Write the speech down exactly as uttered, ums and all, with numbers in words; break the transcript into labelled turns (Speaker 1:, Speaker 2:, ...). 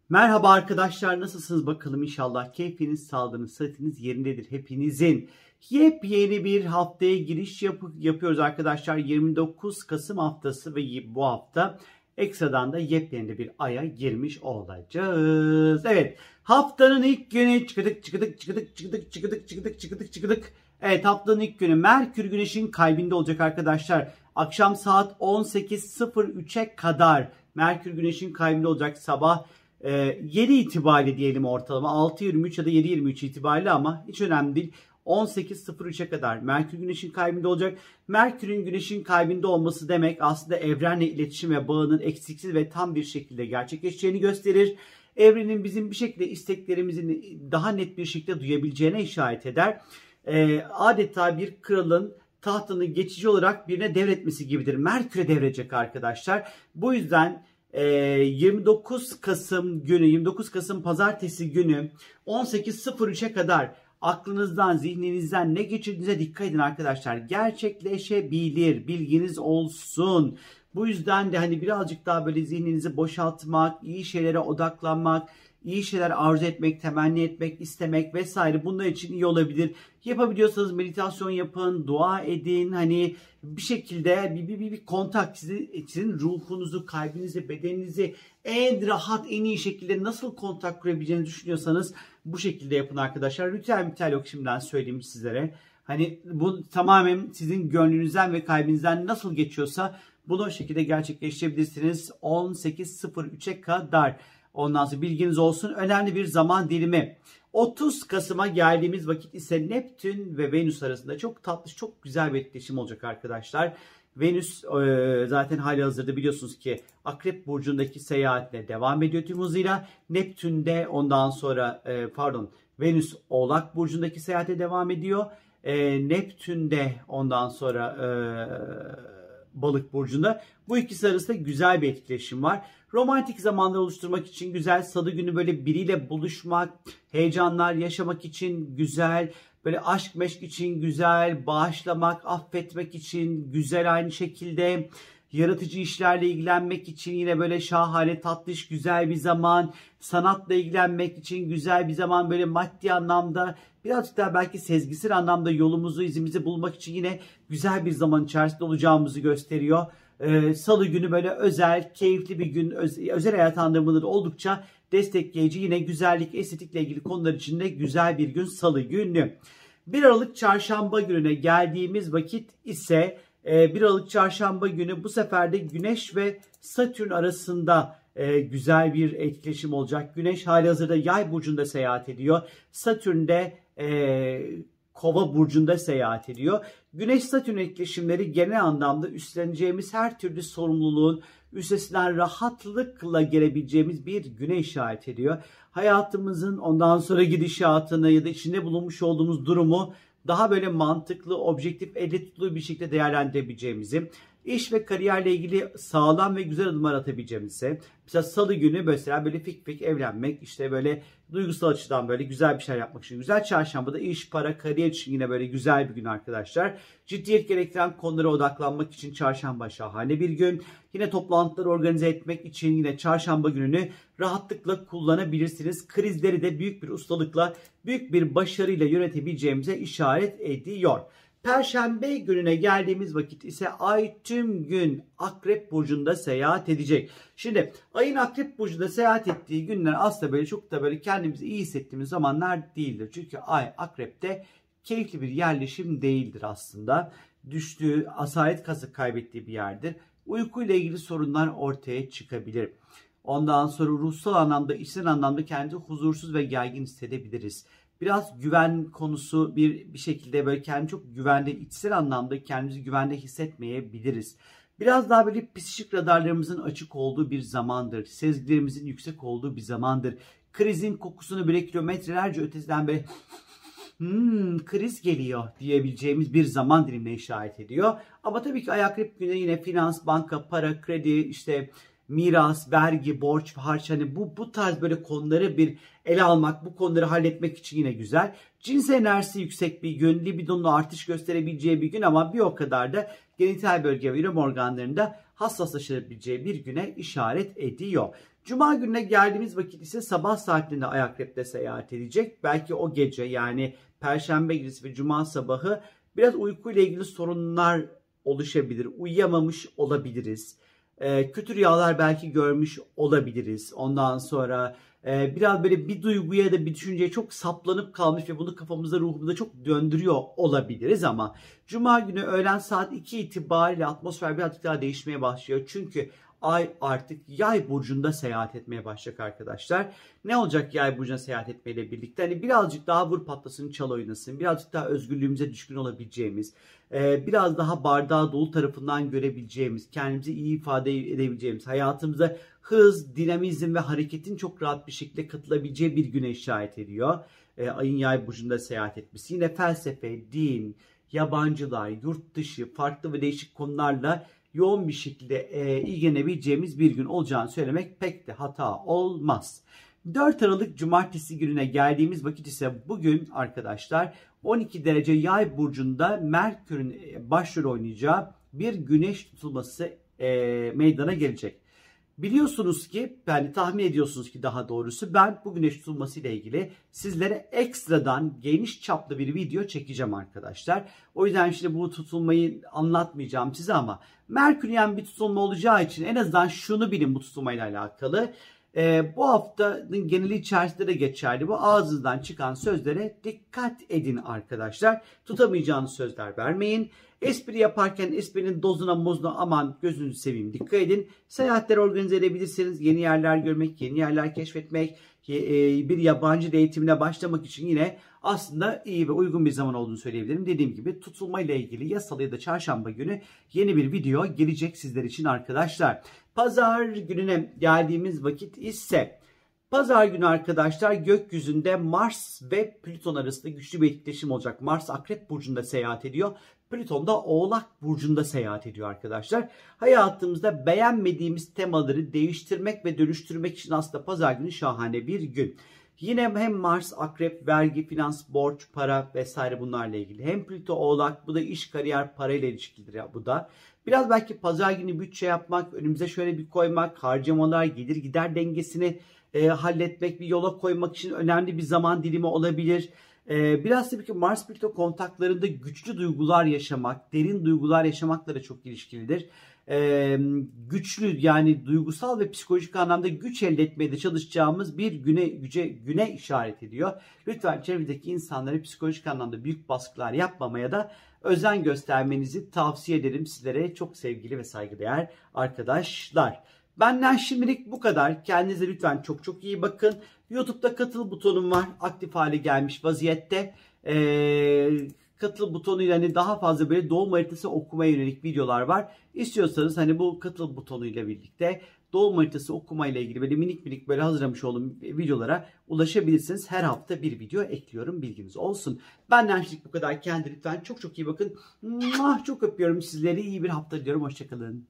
Speaker 1: Merhaba arkadaşlar, nasılsınız bakalım? İnşallah keyfiniz, sağlığınız, sıhhatiniz yerindedir hepinizin. Yepyeni bir haftaya giriş yap yapıyoruz arkadaşlar. yirmi dokuz Kasım haftası ve bu hafta ekstradan da yepyeni bir aya girmiş olacağız. Evet, haftanın ilk günü çıkıdık çıkıdık çıkıdık çıkıdık çıkıdık çıkıdık çıkıdık çıkıdık. Evet, haftanın ilk günü Merkür Güneş'in kalbinde olacak arkadaşlar. Akşam saat on sekiz sıfır üçe kadar Merkür Güneş'in kalbinde olacak. Sabah e, yedi itibariyle diyelim, ortalama altı yirmi üç ya da yedi yirmi üç itibariyle, ama hiç önemli değil. on sekiz sıfır üçe kadar Merkür Güneş'in kalbinde olacak. Merkür'ün Güneş'in kalbinde olması demek aslında evrenle iletişim ve bağının eksiksiz ve tam bir şekilde gerçekleşeceğini gösterir. Evrenin bizim bir şekilde isteklerimizi daha net bir şekilde duyabileceğine işaret eder. E, adeta bir kralın tahtını geçici olarak birine devretmesi gibidir. Merkür'e devredecek arkadaşlar. Bu yüzden e, yirmi dokuz Kasım günü, yirmi dokuz Kasım pazartesi günü on sekiz sıfır üçe kadar aklınızdan, zihninizden ne geçirdiğinize dikkat edin arkadaşlar. Gerçekleşebilir, bilginiz olsun. Bu yüzden de hani birazcık daha böyle zihninizi boşaltmak, iyi şeylere odaklanmak, iyi şeyler arzu etmek, temenni etmek, istemek vesaire, bunlar için iyi olabilir. Yapabiliyorsanız meditasyon yapın, dua edin. Hani bir şekilde bir, bir, bir, bir kontak, sizin, sizin ruhunuzu, kalbinizi, bedeninizi en rahat, en iyi şekilde nasıl kontak kurabileceğinizi düşünüyorsanız bu şekilde yapın arkadaşlar. Ritüel mitüel yok, şimdiden söyleyeyim sizlere. Hani bu tamamen sizin gönlünüzden ve kalbinizden nasıl geçiyorsa bunu o şekilde gerçekleştirebilirsiniz on sekiz sıfır üçe kadar. Ondan sonra bilginiz olsun, önemli bir zaman dilimi. otuz Kasım'a geldiğimiz vakit ise Neptün ve Venüs arasında çok tatlı, çok güzel bir etkileşim olacak arkadaşlar. Venüs e, zaten hali hazırda biliyorsunuz ki Akrep Burcu'ndaki seyahatine devam ediyor tüm hızıyla. Neptün de ondan sonra e, pardon Venüs Oğlak Burcu'ndaki seyahate devam ediyor. E, Neptün de ondan sonra e, Balık Burcu'nda. Bu ikisi arasında güzel bir etkileşim var. Romantik zamanlar oluşturmak için güzel. Salı günü böyle biriyle buluşmak, heyecanlar yaşamak için güzel. Böyle aşk meşk için güzel. Bağışlamak, affetmek için güzel aynı şekilde. Yaratıcı işlerle ilgilenmek için yine böyle şahane, tatlış, güzel bir zaman. Sanatla ilgilenmek için güzel bir zaman. Böyle maddi anlamda, birazcık daha belki sezgisel anlamda yolumuzu, izimizi bulmak için yine güzel bir zaman içerisinde olacağımızı gösteriyor. Ee, Salı günü böyle özel, keyifli bir gün, öz, özel hayat anlamında da oldukça destekleyici, yine güzellik, estetikle ilgili konular için de güzel bir gün Salı günü. bir Aralık Çarşamba gününe geldiğimiz vakit ise e, bir Aralık Çarşamba günü bu sefer de Güneş ve Satürn arasında e, güzel bir etkileşim olacak. Güneş halihazırda Yay burcunda seyahat ediyor. Satürn de e, Kova burcunda seyahat ediyor. Güneş-Satürn etkileşimleri genel anlamda üstleneceğimiz her türlü sorumluluğun üstesinden rahatlıkla gelebileceğimiz bir güne işaret ediyor. Hayatımızın ondan sonra gidişatını ya da içinde bulunmuş olduğumuz durumu daha böyle mantıklı, objektif, elle tutulur bir şekilde değerlendirebileceğimizi, İş ve kariyerle ilgili sağlam ve güzel adımlar atabileceğimizi, mesela Salı günü mesela böyle fik fik evlenmek, işte böyle duygusal açıdan böyle güzel bir şeyler yapmak için güzel. Çarşambada iş, para, kariyer için yine böyle güzel bir gün arkadaşlar. Ciddiyet gerektiren konulara odaklanmak için çarşamba şahane bir gün. Yine toplantıları organize etmek için yine çarşamba gününü rahatlıkla kullanabilirsiniz. Krizleri de büyük bir ustalıkla, büyük bir başarıyla yönetebileceğimize işaret ediyor. Perşembe gününe geldiğimiz vakit ise Ay tüm gün Akrep Burcu'nda seyahat edecek. Şimdi Ay'ın Akrep Burcu'nda seyahat ettiği günler aslında böyle çok da böyle kendimizi iyi hissettiğimiz zamanlar değildir. Çünkü Ay Akrep'te keyifli bir yerleşim değildir aslında. Düştüğü, asalet kası kaybettiği bir yerdir. Uykuyla ilgili sorunlar ortaya çıkabilir. Ondan sonra ruhsal anlamda, içsel anlamda kendimizi huzursuz ve gergin hissedebiliriz. Biraz güven konusu, bir bir şekilde böyle kendi çok güvende, içsel anlamda kendimizi güvende hissetmeyebiliriz. Biraz daha böyle psikik radarlarımızın açık olduğu bir zamandır. Sezgilerimizin yüksek olduğu bir zamandır. Krizin kokusunu böyle kilometrelerce ötesinden böyle hmm, kriz geliyor diyebileceğimiz bir zaman dilimine işaret ediyor. Ama tabii ki Ay Akrep günü yine finans, banka, para, kredi, işte miras, vergi, borç, harç, hani bu bu tarz böyle konuları bir ele almak, bu konuları halletmek için yine güzel. Cins enerjisi yüksek bir gün, libidonun artış gösterebileceği bir gün, ama bir o kadar da genital bölge ve ürem organlarında hassaslaşabileceği bir güne işaret ediyor. Cuma gününe geldiğimiz vakit ise sabah saatlerinde Ay Akrep'te seyahat edecek. Belki o gece yani Perşembe gecesi ve Cuma sabahı biraz uykuyla ilgili sorunlar oluşabilir. Uyuyamamış olabiliriz. Ee, kötü rüyalar belki görmüş olabiliriz. Ondan sonra e, biraz böyle bir duyguya da bir düşünceye çok saplanıp kalmış ve bunu kafamızda ruhumuzda çok döndürüyor olabiliriz ama Cuma günü öğlen saat iki itibariyle atmosfer birazcık daha değişmeye başlıyor. Çünkü Ay artık Yay burcunda seyahat etmeye başlayacak arkadaşlar. Ne olacak Yay burcuna seyahat etmeyle birlikte? Hani birazcık daha vur patlasın, çal oynasın. Birazcık daha özgürlüğümüze düşkün olabileceğimiz, biraz daha bardağı dolu tarafından görebileceğimiz, kendimizi iyi ifade edebileceğimiz, hayatımıza hız, dinamizm ve hareketin çok rahat bir şekilde katılabileceği bir güne işaret ediyor. Ayın Yay burcunda seyahat etmesi. Yine felsefe, din, yabancılar, yurt dışı, farklı ve değişik konularla yoğun bir şekilde e, ilgilenebileceğimiz bir gün olacağını söylemek pek de hata olmaz. dört Aralık Cumartesi gününe geldiğimiz vakit ise bugün arkadaşlar on iki derece Yay burcunda Merkür'ün başrol oynayacağı bir güneş tutulması e, meydana gelecek. Biliyorsunuz ki, yani tahmin ediyorsunuz ki daha doğrusu ben bu güneş tutulması ile ilgili sizlere ekstradan geniş çaplı bir video çekeceğim arkadaşlar. O yüzden şimdi bu tutulmayı anlatmayacağım size ama Merküryen bir tutulma olacağı için en azından şunu bilin bu tutulmayla alakalı. Ee, bu haftanın geneli içerisinde de geçerli. Bu ağzınızdan çıkan sözlere dikkat edin arkadaşlar. Tutamayacağınız sözler vermeyin. Espri yaparken esprinin dozuna mozuna aman gözünüzü seveyim dikkat edin. Seyahatler organize edebilirsiniz. Yeni yerler görmek, yeni yerler keşfetmek, bir yabancı eğitimine başlamak için yine aslında iyi ve uygun bir zaman olduğunu söyleyebilirim. Dediğim gibi tutulma ile ilgili ya salı ya da çarşamba günü yeni bir video gelecek sizler için arkadaşlar. Pazar gününe geldiğimiz vakit ise Pazar günü arkadaşlar gökyüzünde Mars ve Plüton arasında güçlü bir etkileşim olacak. Mars Akrep burcunda seyahat ediyor. Plüton da Oğlak burcunda seyahat ediyor arkadaşlar. Hayatımızda beğenmediğimiz temaları değiştirmek ve dönüştürmek için aslında pazar günü şahane bir gün. Yine hem Mars, Akrep, vergi, finans, borç, para vesaire bunlarla ilgili. Hem Plüto, Oğlak, bu da iş, kariyer, parayla ilişkilidir ya bu da. Biraz belki pazar günü bütçe yapmak, önümüze şöyle bir koymak, harcamalar, gelir gider dengesini e, halletmek, bir yola koymak için önemli bir zaman dilimi olabilir. E, biraz tabii ki Mars Plüto kontaklarında güçlü duygular yaşamak, derin duygular yaşamakla da çok ilişkilidir. Ee, güçlü yani duygusal ve psikolojik anlamda güç elde etmeye de çalışacağımız bir güne güce güne işaret ediyor. Lütfen çevrenizdeki insanlara psikolojik anlamda büyük baskılar yapmamaya da özen göstermenizi tavsiye ederim sizlere, çok sevgili ve saygıdeğer arkadaşlar. Benden şimdilik bu kadar. Kendinize lütfen çok çok iyi bakın. YouTube'da katıl butonum var. Aktif hale gelmiş vaziyette. Eee Katıl butonuyla hani daha fazla böyle doğum haritası okumaya yönelik videolar var. İstiyorsanız hani bu katıl butonuyla birlikte doğum haritası okuma ile ilgili böyle minik minik böyle hazırlamış olduğum videolara ulaşabilirsiniz. Her hafta bir video ekliyorum, bilginiz olsun. Benden şimdilik bu kadar. Kendinize lütfen çok çok iyi bakın. Çok öpüyorum sizleri. İyi bir hafta diliyorum. Hoşçakalın.